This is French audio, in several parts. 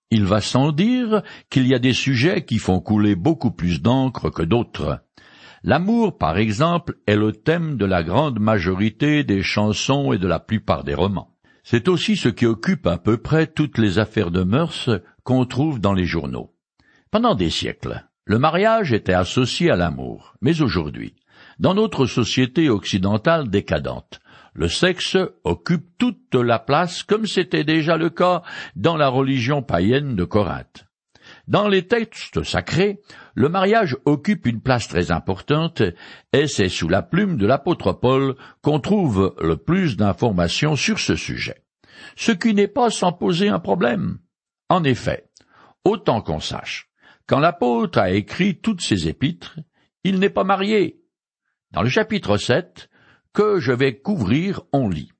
Il va sans dire qu'il y a des sujets qui font couler beaucoup plus d'encre que d'autres. L'amour, par exemple, est le thème de la grande majorité des chansons et de la plupart des romans. C'est aussi ce qui occupe à peu près toutes les affaires de mœurs qu'on trouve dans les journaux. Pendant des siècles, le mariage était associé à l'amour, mais aujourd'hui, dans notre société occidentale décadente, le sexe occupe toute la place comme c'était déjà le cas dans la religion païenne de Corinthe. Dans les textes sacrés, le mariage occupe une place très importante et c'est sous la plume de l'apôtre Paul qu'on trouve le plus d'informations sur ce sujet. Ce qui n'est pas sans poser un problème. En effet, autant qu'on sache, quand l'apôtre a écrit toutes ses épîtres, il n'est pas marié. Dans le chapitre 7, que je vais couvrir, on lit.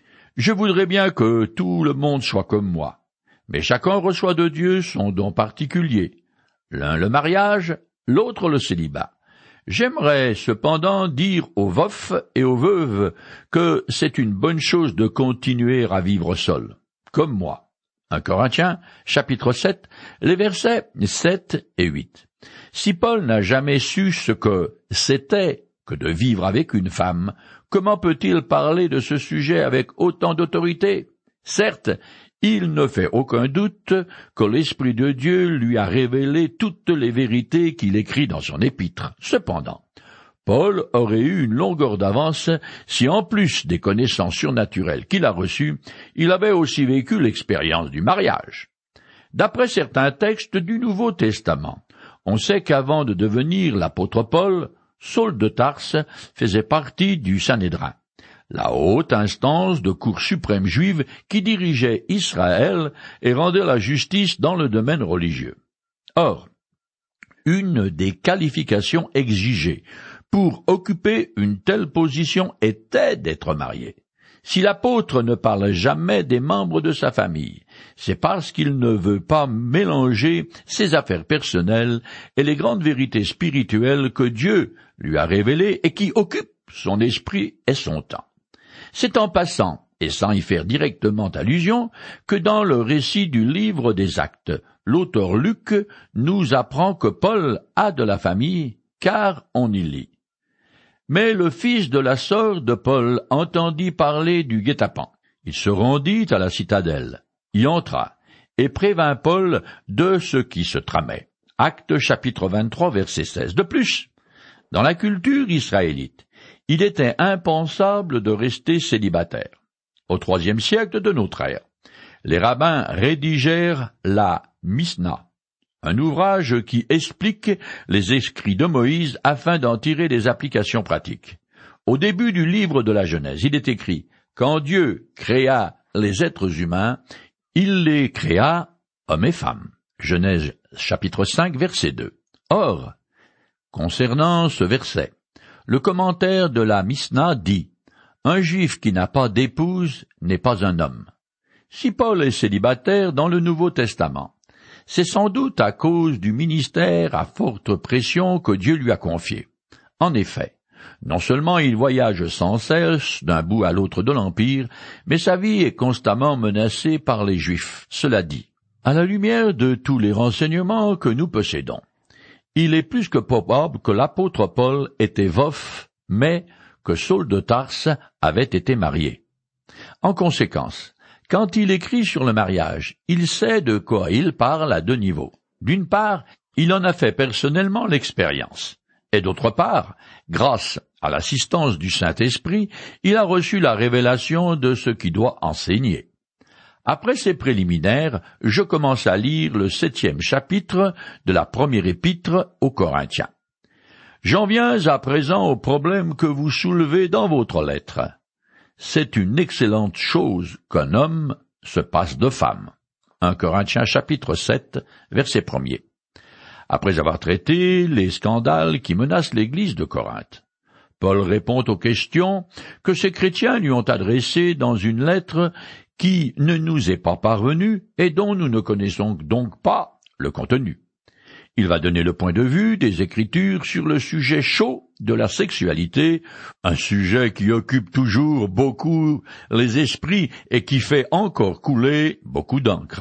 Je voudrais bien que tout le monde soit comme moi, mais chacun reçoit de Dieu son don particulier. L'un le mariage, l'autre le célibat. J'aimerais cependant dire aux veufs et aux veuves que c'est une bonne chose de continuer à vivre seul, comme moi. 1 Corinthiens, chapitre 7, les versets 7 et 8. Si Paul n'a jamais su ce que c'était que de vivre avec une femme, comment peut-il parler de ce sujet avec autant d'autorité? Certes, il ne fait aucun doute que l'Esprit de Dieu lui a révélé toutes les vérités qu'il écrit dans son épître. Cependant, Paul aurait eu une longueur d'avance si, en plus des connaissances surnaturelles qu'il a reçues, il avait aussi vécu l'expérience du mariage. D'après certains textes du Nouveau Testament, on sait qu'avant de devenir l'apôtre Paul, Saul de Tarse faisait partie du Sanhédrin, la haute instance de cour suprême juive qui dirigeait Israël et rendait la justice dans le domaine religieux. Or, une des qualifications exigées pour occuper une telle position était d'être marié. Si l'apôtre ne parle jamais des membres de sa famille, c'est parce qu'il ne veut pas mélanger ses affaires personnelles et les grandes vérités spirituelles que Dieu lui a révélées et qui occupent son esprit et son temps. C'est en passant, et sans y faire directement allusion, que dans le récit du livre des Actes, l'auteur Luc nous apprend que Paul a de la famille, car on y lit. Mais le fils de la sœur de Paul entendit parler du guet-apens. Il se rendit à la citadelle, y entra, et prévint Paul de ce qui se tramait. Actes chapitre 23, verset 16. De plus, dans la culture israélite, il était impensable de rester célibataire. Au IIIe siècle de notre ère, les rabbins rédigèrent la Mishnah, un ouvrage qui explique les écrits de Moïse afin d'en tirer des applications pratiques. Au début du livre de la Genèse, il est écrit « Quand Dieu créa les êtres humains, il les créa hommes et femmes ». Genèse chapitre 5, verset 2. Or, concernant ce verset, le commentaire de la Mishnah dit « Un juif qui n'a pas d'épouse n'est pas un homme ». Si Paul est célibataire dans le Nouveau Testament, c'est sans doute à cause du ministère à forte pression que Dieu lui a confié. En effet, non seulement il voyage sans cesse d'un bout à l'autre de l'Empire, mais sa vie est constamment menacée par les Juifs. Cela dit, à la lumière de tous les renseignements que nous possédons, il est plus que probable que l'apôtre Paul était veuf, mais que Saul de Tarse avait été marié. En conséquence, quand il écrit sur le mariage, il sait de quoi il parle à deux niveaux. D'une part, il en a fait personnellement l'expérience, et d'autre part, grâce à l'assistance du Saint-Esprit, il a reçu la révélation de ce qu'il doit enseigner. Après ces préliminaires, je commence à lire le 7e chapitre de la première épître aux Corinthiens. J'en viens à présent au problème que vous soulevez dans votre lettre. C'est une excellente chose qu'un homme se passe de femme. 1 Corinthiens chapitre 7, verset 1er. Après avoir traité les scandales qui menacent l'Église de Corinthe, Paul répond aux questions que ces chrétiens lui ont adressées dans une lettre qui ne nous est pas parvenue et dont nous ne connaissons donc pas le contenu. Il va donner le point de vue des Écritures sur le sujet chaud de la sexualité, un sujet qui occupe toujours beaucoup les esprits et qui fait encore couler beaucoup d'encre.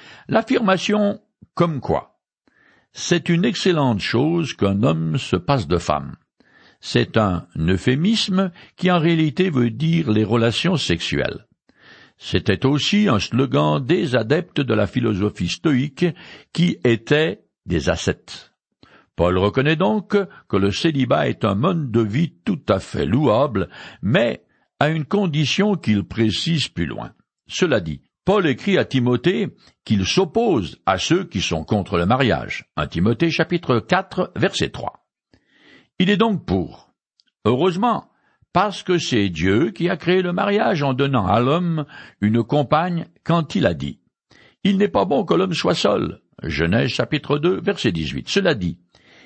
L'affirmation « comme quoi ». C'est une excellente chose qu'un homme se passe de femme. C'est un euphémisme qui en réalité veut dire les relations sexuelles. C'était aussi un slogan des adeptes de la philosophie stoïque qui étaient des ascètes. Paul reconnaît donc que le célibat est un mode de vie tout à fait louable, mais à une condition qu'il précise plus loin. Cela dit, Paul écrit à Timothée qu'il s'oppose à ceux qui sont contre le mariage. 1 Timothée chapitre 4, verset 3. Il est donc pour. Heureusement, parce que c'est Dieu qui a créé le mariage en donnant à l'homme une compagne quand il a dit « Il n'est pas bon que l'homme soit seul ». Genèse chapitre 2, verset 18. Cela dit,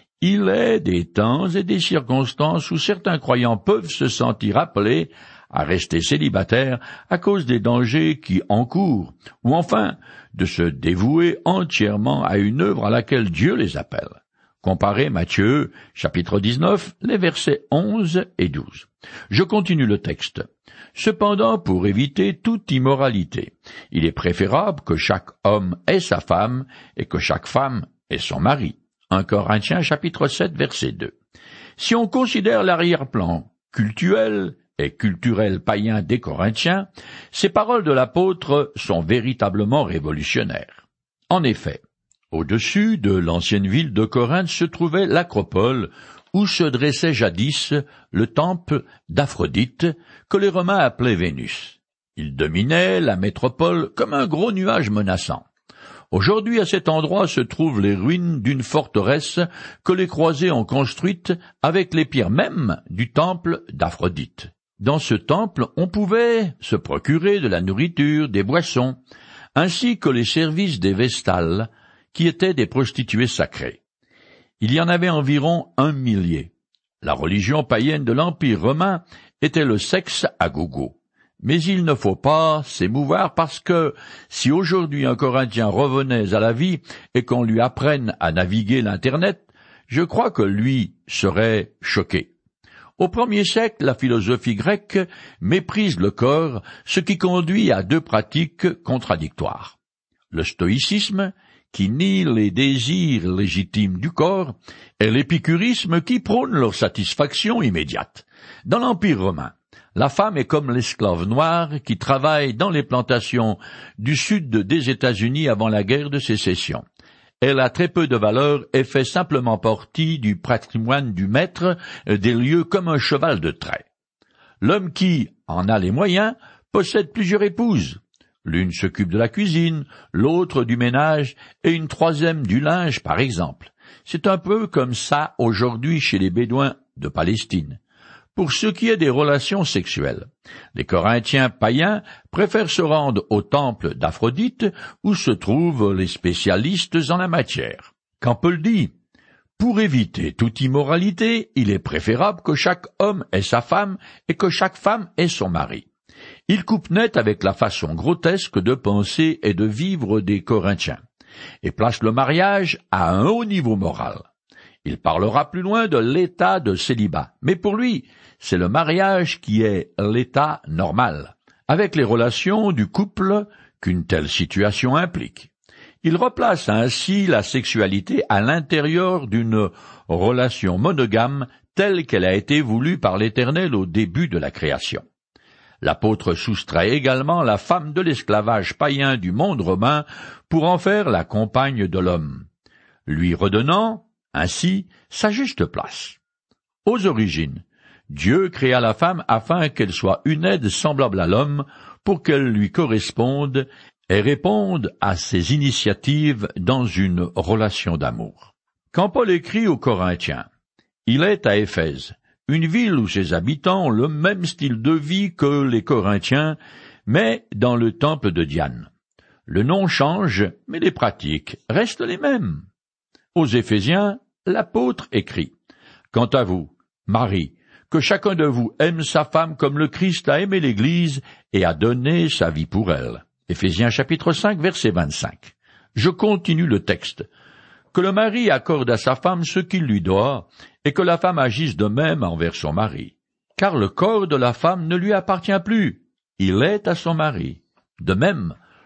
il est des temps et des circonstances où certains croyants peuvent se sentir appelés à rester célibataires à cause des dangers qui encourent, ou enfin de se dévouer entièrement à une œuvre à laquelle Dieu les appelle. Comparez Matthieu, chapitre 19, les versets 11 et 12. Je continue le texte. Cependant, pour éviter toute immoralité, il est préférable que chaque homme ait sa femme et que chaque femme ait son mari. 1 Corinthiens, chapitre 7, verset 2. Si on considère l'arrière-plan cultuel et culturel païen des Corinthiens, ces paroles de l'apôtre sont véritablement révolutionnaires. En effet, au-dessus de l'ancienne ville de Corinthe se trouvait l'acropole, où se dressait jadis le temple d'Aphrodite, que les Romains appelaient Vénus. Il dominait la métropole comme un gros nuage menaçant. Aujourd'hui, à cet endroit se trouvent les ruines d'une forteresse que les croisés ont construite avec les pierres mêmes du temple d'Aphrodite. Dans ce temple, on pouvait se procurer de la nourriture, des boissons, ainsi que les services des vestales, qui étaient des prostituées sacrées. Il y en avait environ 1 millier. La religion païenne de l'Empire romain était le sexe à gogo. Mais il ne faut pas s'émouvoir parce que si aujourd'hui un Corinthien revenait à la vie et qu'on lui apprenne à naviguer l'Internet, je crois que lui serait choqué. Au 1er siècle, la philosophie grecque méprise le corps, ce qui conduit à 2 pratiques contradictoires. Le stoïcisme, qui nie les désirs légitimes du corps, et l'épicurisme qui prône leur satisfaction immédiate. Dans l'Empire romain, la femme est comme l'esclave noire qui travaille dans les plantations du sud des États-Unis avant la guerre de sécession. Elle a très peu de valeur et fait simplement partie du patrimoine du maître des lieux comme un cheval de trait. L'homme qui en a les moyens possède plusieurs épouses. L'une s'occupe de la cuisine, l'autre du ménage et une troisième du linge, par exemple. C'est un peu comme ça aujourd'hui chez les Bédouins de Palestine. Pour ce qui est des relations sexuelles, les Corinthiens païens préfèrent se rendre au temple d'Aphrodite où se trouvent les spécialistes en la matière. Quand Paul dit « Pour éviter toute immoralité, il est préférable que chaque homme ait sa femme et que chaque femme ait son mari », il coupe net avec la façon grotesque de penser et de vivre des Corinthiens, et place le mariage à un haut niveau moral. Il parlera plus loin de l'état de célibat, mais pour lui, c'est le mariage qui est l'état normal, avec les relations du couple qu'une telle situation implique. Il replace ainsi la sexualité à l'intérieur d'une relation monogame telle qu'elle a été voulue par l'Éternel au début de la création. L'apôtre soustrait également la femme de l'esclavage païen du monde romain pour en faire la compagne de l'homme, lui redonnant ainsi sa juste place. Aux origines, Dieu créa la femme afin qu'elle soit une aide semblable à l'homme pour qu'elle lui corresponde et réponde à ses initiatives dans une relation d'amour. Quand Paul écrit aux Corinthiens, il est à Éphèse, une ville où ses habitants ont le même style de vie que les Corinthiens, mais dans le temple de Diane. Le nom change, mais les pratiques restent les mêmes. Aux Éphésiens, l'apôtre écrit « Quant à vous, Marie, que chacun de vous aime sa femme comme le Christ a aimé l'Église et a donné sa vie pour elle. » Éphésiens chapitre 5, verset 25. Je continue le texte. « Que le mari accorde à sa femme ce qu'il lui doit, et que la femme agisse de même envers son mari. Car le corps de la femme ne lui appartient plus, il est à son mari. De même,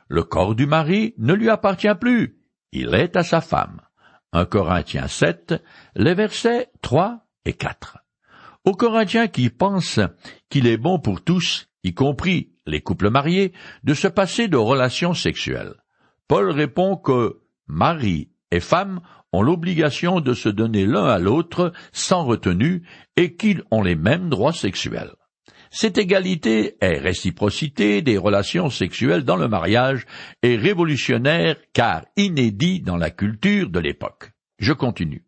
Le corps du mari ne lui appartient plus, il est à sa femme. 1 Corinthiens 7, les versets 3 et 4. Aux Corinthiens qui pensent qu'il est bon pour tous, y compris les couples mariés, de se passer de relations sexuelles, Paul répond que mari et femme ont l'obligation de se donner l'un à l'autre sans retenue et qu'ils ont les mêmes droits sexuels. Cette égalité et réciprocité des relations sexuelles dans le mariage est révolutionnaire car inédit dans la culture de l'époque. Je continue.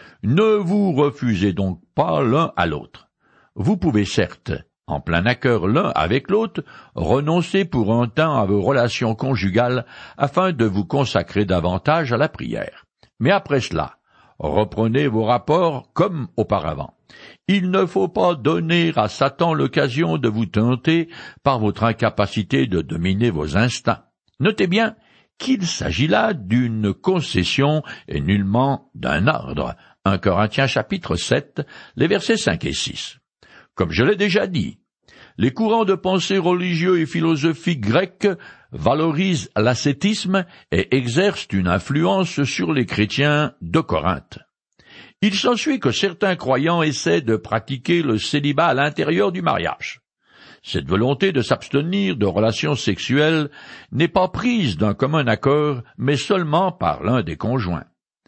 Ne vous refusez donc pas l'un à l'autre. Vous pouvez certes, en plein accord l'un avec l'autre, renoncer pour un temps à vos relations conjugales afin de vous consacrer davantage à la prière. Mais après cela, reprenez vos rapports comme auparavant. Il ne faut pas donner à Satan l'occasion de vous tenter par votre incapacité de dominer vos instincts. Notez bien qu'il s'agit là d'une concession et nullement d'un ordre. 1 Corinthiens chapitre 7, les versets 5 et 6. Comme je l'ai déjà dit, les courants de pensée religieux et philosophiques grecs valorisent l'ascétisme et exercent une influence sur les chrétiens de Corinthe. Il s'ensuit que certains croyants essaient de pratiquer le célibat à l'intérieur du mariage. Cette volonté de s'abstenir de relations sexuelles n'est pas prise d'un commun accord, mais seulement par l'un des conjoints.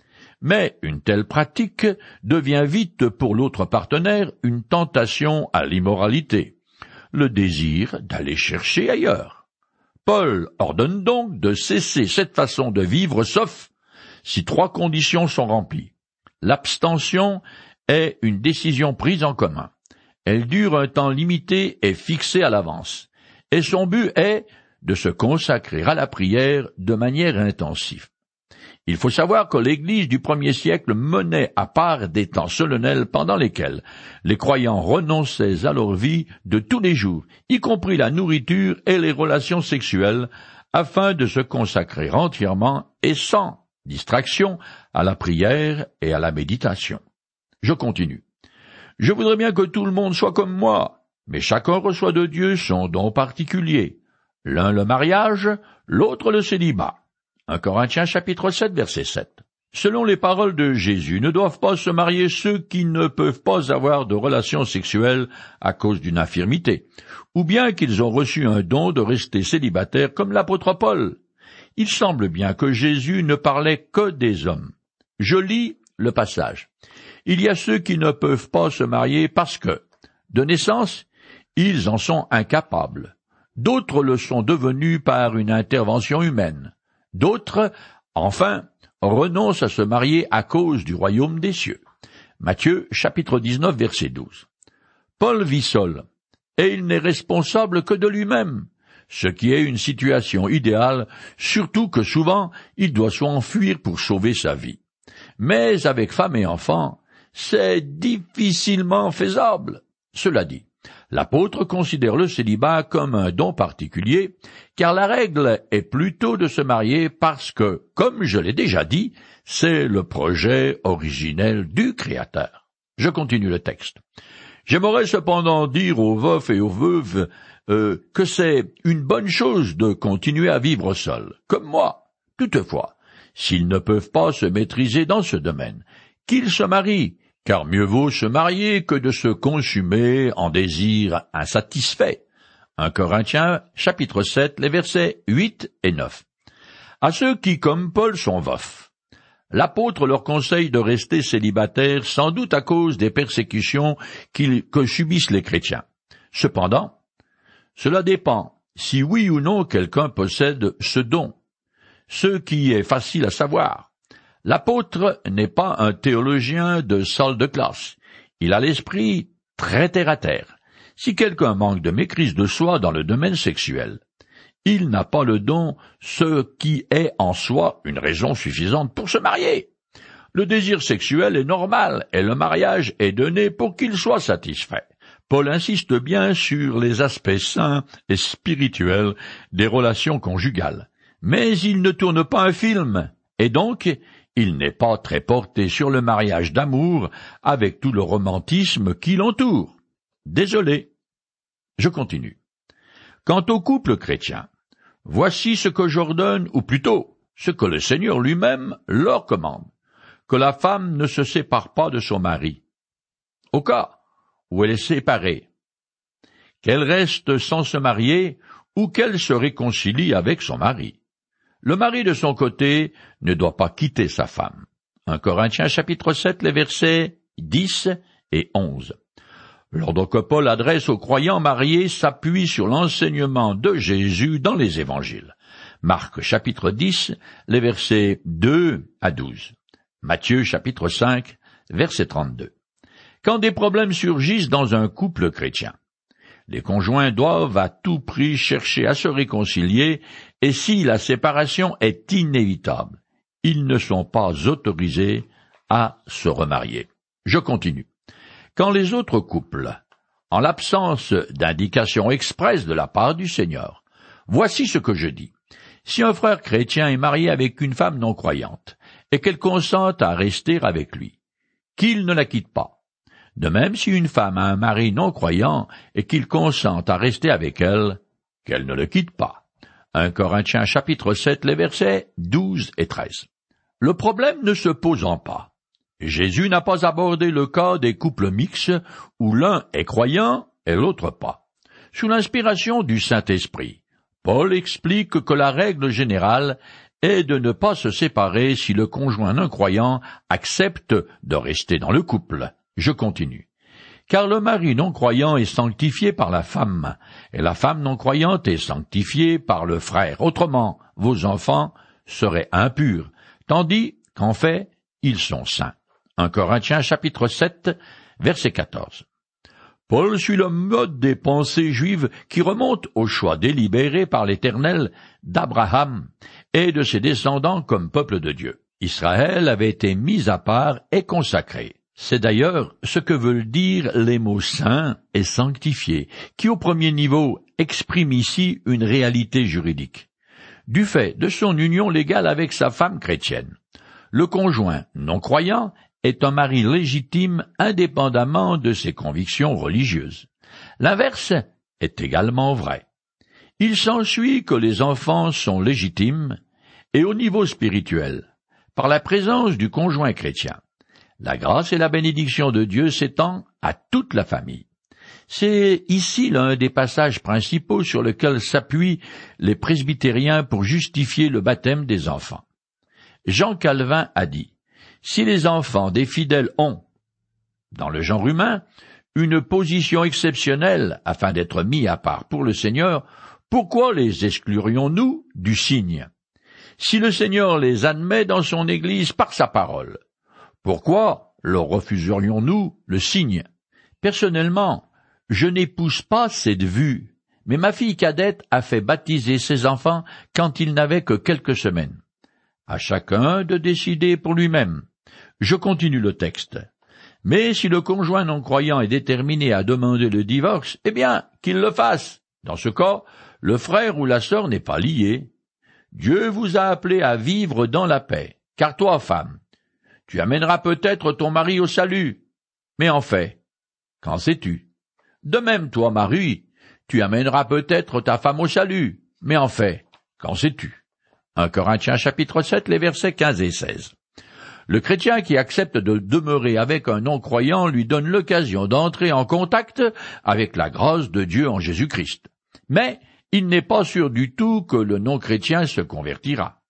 Mais une telle pratique devient vite pour l'autre partenaire une tentation à l'immoralité, le désir d'aller chercher ailleurs. Paul ordonne donc de cesser cette façon de vivre sauf si 3 conditions sont remplies. L'abstention est une décision prise en commun. Elle dure un temps limité et fixé à l'avance, et son but est de se consacrer à la prière de manière intensive. Il faut savoir que l'Église du 1er siècle menait à part des temps solennels pendant lesquels les croyants renonçaient à leur vie de tous les jours, y compris la nourriture et les relations sexuelles, afin de se consacrer entièrement et sans distraction à la prière et à la méditation. Je continue. Je voudrais bien que tout le monde soit comme moi, mais chacun reçoit de Dieu son don particulier. L'un le mariage, l'autre le célibat. 1 Corinthiens chapitre 7, verset 7. Selon les paroles de Jésus, ne doivent pas se marier ceux qui ne peuvent pas avoir de relations sexuelles à cause d'une infirmité, ou bien qu'ils ont reçu un don de rester célibataires comme l'apôtre Paul. Il semble bien que Jésus ne parlait que des hommes. Je lis le passage. Il y a ceux qui ne peuvent pas se marier parce que, de naissance, ils en sont incapables. D'autres le sont devenus par une intervention humaine. D'autres, enfin, renoncent à se marier à cause du royaume des cieux. Matthieu, chapitre 19, verset 12. Paul vit seul, et il n'est responsable que de lui-même, ce qui est une situation idéale, surtout que souvent il doit s'enfuir pour sauver sa vie. Mais avec femme et enfants, c'est difficilement faisable. Cela dit, l'apôtre considère le célibat comme un don particulier, car la règle est plutôt de se marier parce que, comme je l'ai déjà dit, c'est le projet originel du Créateur. Je continue le texte. J'aimerais cependant dire aux veufs et aux veuves que c'est une bonne chose de continuer à vivre seuls, comme moi. Toutefois, s'ils ne peuvent pas se maîtriser dans ce domaine, qu'ils se marient, car mieux vaut se marier que de se consumer en désirs insatisfaits. 1 Corinthiens, chapitre 7, les versets 8 et 9. À ceux qui, comme Paul, sont veufs, l'apôtre leur conseille de rester célibataires, sans doute à cause des persécutions que subissent les chrétiens. Cependant, cela dépend si oui ou non quelqu'un possède ce don, ce qui est facile à savoir. L'apôtre n'est pas un théologien de salle de classe. Il a l'esprit très terre à terre. Si quelqu'un manque de maîtrise de soi dans le domaine sexuel, il n'a pas le don, ce qui est en soi une raison suffisante pour se marier. Le désir sexuel est normal et le mariage est donné pour qu'il soit satisfait. Paul insiste bien sur les aspects sains et spirituels des relations conjugales. Mais il ne tourne pas un film, et donc il n'est pas très porté sur le mariage d'amour avec tout le romantisme qui l'entoure. Désolé. Je continue. Quant au couple chrétien, Voici ce que j'ordonne, ou plutôt, ce que le Seigneur lui-même leur commande, que la femme ne se sépare pas de son mari. Au cas où elle est séparée, qu'elle reste sans se marier ou qu'elle se réconcilie avec son mari. Le mari, de son côté, ne doit pas quitter sa femme. 1 Corinthiens chapitre 7, les versets 10 et 11. L'ordre que Paul adresse aux croyants mariés s'appuie sur l'enseignement de Jésus dans les évangiles. Marc chapitre 10, les versets 2 à 12. Matthieu chapitre 5, verset 32. Quand des problèmes surgissent dans un couple chrétien, les conjoints doivent à tout prix chercher à se réconcilier, et si la séparation est inévitable, ils ne sont pas autorisés à se remarier. Je continue. Quand les autres couples, en l'absence d'indication expresse de la part du Seigneur, voici ce que je dis. Si un frère chrétien est marié avec une femme non croyante, et qu'elle consente à rester avec lui, qu'il ne la quitte pas. De même, si une femme a un mari non croyant et qu'il consente à rester avec elle, qu'elle ne le quitte pas. 1 Corinthiens chapitre 7, les versets 12 et 13. Le problème ne se posant pas, Jésus n'a pas abordé le cas des couples mixtes où l'un est croyant et l'autre pas. Sous l'inspiration du Saint-Esprit, Paul explique que la règle générale est de ne pas se séparer si le conjoint non croyant accepte de rester dans le couple. Je continue. Car le mari non croyant est sanctifié par la femme, et la femme non croyante est sanctifiée par le frère. Autrement, vos enfants seraient impurs, tandis qu'en fait, ils sont saints. 1 Corinthiens chapitre 7, verset 14. Paul suit le mode des pensées juives qui remonte au choix délibéré par l'Éternel d'Abraham et de ses descendants comme peuple de Dieu. Israël avait été mis à part et consacré. C'est d'ailleurs ce que veulent dire les mots saint et sanctifié, qui au premier niveau expriment ici une réalité juridique. Du fait de son union légale avec sa femme chrétienne, le conjoint non croyant est un mari légitime indépendamment de ses convictions religieuses. L'inverse est également vrai. Il s'ensuit que les enfants sont légitimes, et au niveau spirituel, par la présence du conjoint chrétien. La grâce et la bénédiction de Dieu s'étend à toute la famille. C'est ici l'un des passages principaux sur lesquels s'appuient les presbytériens pour justifier le baptême des enfants. Jean Calvin a dit: si les enfants des fidèles ont, dans le genre humain, une position exceptionnelle afin d'être mis à part pour le Seigneur, pourquoi les exclurions-nous du signe? Si le Seigneur les admet dans son Église par sa parole, pourquoi leur refuserions-nous le signe? Personnellement, je n'épouse pas cette vue, mais ma fille cadette a fait baptiser ses enfants quand ils n'avaient que quelques semaines. À chacun de décider pour lui-même. Je continue le texte. Mais si le conjoint non-croyant est déterminé à demander le divorce, eh bien, qu'il le fasse. Dans ce cas, le frère ou la sœur n'est pas lié. Dieu vous a appelé à vivre dans la paix. Car toi, femme, tu amèneras peut-être ton mari au salut. Mais en fait, qu'en sais-tu? De même, toi, mari, tu amèneras peut-être ta femme au salut. Mais en fait, qu'en sais-tu? 1 Corinthiens chapitre 7, les versets 15 et 16. Le chrétien qui accepte de demeurer avec un non-croyant lui donne l'occasion d'entrer en contact avec la grâce de Dieu en Jésus-Christ. Mais il n'est pas sûr du tout que le non-chrétien se convertira.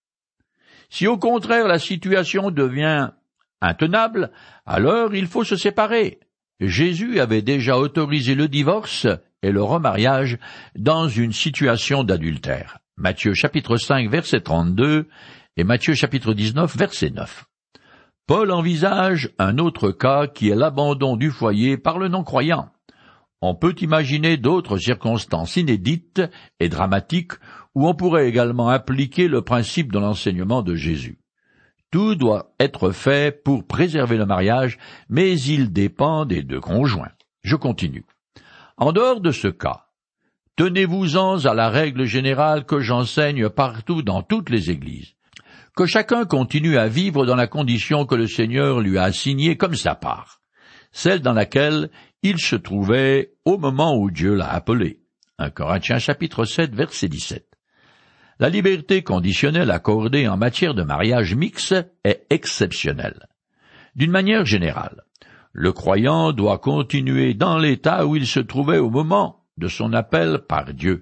Si au contraire la situation devient intenable, alors il faut se séparer. Jésus avait déjà autorisé le divorce et le remariage dans une situation d'adultère. Matthieu chapitre 5, verset 32 et Matthieu chapitre 19, verset 9. Paul envisage un autre cas qui est l'abandon du foyer par le non-croyant. On peut imaginer d'autres circonstances inédites et dramatiques où on pourrait également appliquer le principe de l'enseignement de Jésus. Tout doit être fait pour préserver le mariage, mais il dépend des deux conjoints. Je continue. En dehors de ce cas, tenez-vous-en à la règle générale que j'enseigne partout dans toutes les églises. Que chacun continue à vivre dans la condition que le Seigneur lui a assignée comme sa part, celle dans laquelle il se trouvait au moment où Dieu l'a appelé. 1 Corinthiens chapitre 7, verset 17. La liberté conditionnelle accordée en matière de mariage mixte est exceptionnelle. D'une manière générale, le croyant doit continuer dans l'état où il se trouvait au moment de son appel par Dieu.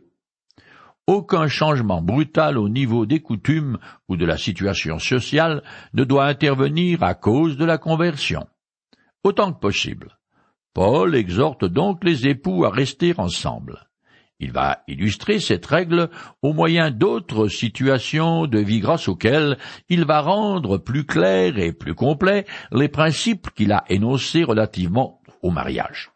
Aucun changement brutal au niveau des coutumes ou de la situation sociale ne doit intervenir à cause de la conversion. Autant que possible, Paul exhorte donc les époux à rester ensemble. Il va illustrer cette règle au moyen d'autres situations de vie grâce auxquelles il va rendre plus clairs et plus complets les principes qu'il a énoncés relativement au mariage.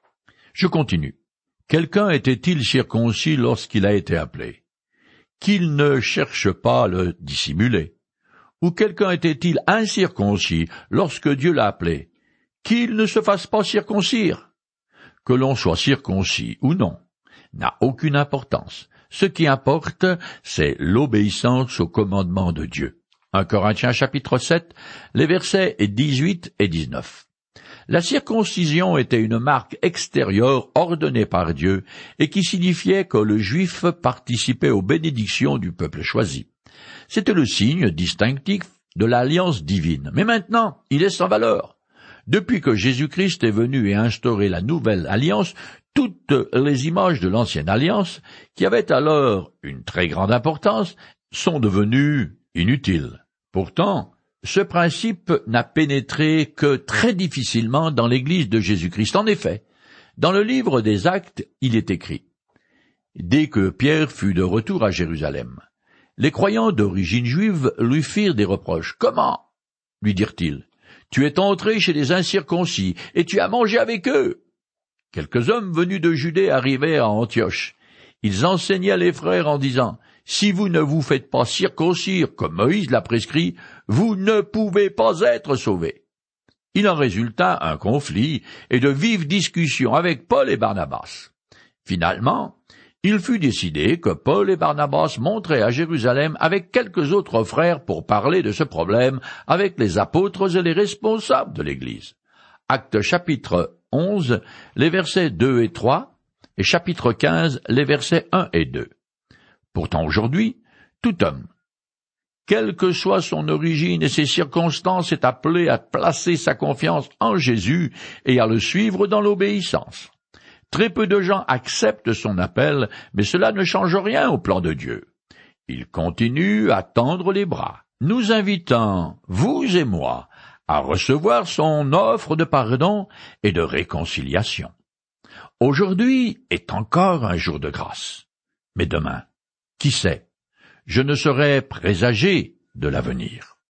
Je continue. Quelqu'un était-il circoncis lorsqu'il a été appelé? Qu'il ne cherche pas à le dissimuler. Ou quelqu'un était-il incirconcis lorsque Dieu l'a appelé? Qu'il ne se fasse pas circoncire. Que l'on soit circoncis ou non n'a aucune importance. Ce qui importe, c'est l'obéissance au commandement de Dieu. 1 Corinthiens chapitre 7, les versets 18 et 19. La circoncision était une marque extérieure ordonnée par Dieu et qui signifiait que le Juif participait aux bénédictions du peuple choisi. C'était le signe distinctif de l'alliance divine. Mais maintenant, il est sans valeur. Depuis que Jésus-Christ est venu et instauré la nouvelle alliance, toutes les images de l'ancienne alliance, qui avaient alors une très grande importance, sont devenues inutiles. Pourtant, ce principe n'a pénétré que très difficilement dans l'Église de Jésus-Christ. En effet, dans le livre des Actes, il est écrit « Dès que Pierre fut de retour à Jérusalem, les croyants d'origine juive lui firent des reproches. « Comment ?» lui dirent-ils. « Tu es entré chez les incirconcis, et tu as mangé avec eux. » Quelques hommes venus de Judée arrivaient à Antioche. Ils enseignaient les frères en disant « Si vous ne vous faites pas circoncire, comme Moïse l'a prescrit, vous ne pouvez pas être sauvés. » Il en résulta un conflit et de vives discussions avec Paul et Barnabas. Finalement, il fut décidé que Paul et Barnabas monteraient à Jérusalem avec quelques autres frères pour parler de ce problème avec les apôtres et les responsables de l'Église. Actes chapitre 11, les versets 2 et 3, et chapitre 15, les versets 1 et 2. Pourtant aujourd'hui, tout homme, quelle que soit son origine et ses circonstances, est appelé à placer sa confiance en Jésus et à le suivre dans l'obéissance. Très peu de gens acceptent son appel, mais cela ne change rien au plan de Dieu. Il continue à tendre les bras, nous invitant, vous et moi, à recevoir son offre de pardon et de réconciliation. Aujourd'hui est encore un jour de grâce. Mais demain, qui sait, je ne saurais présager de l'avenir.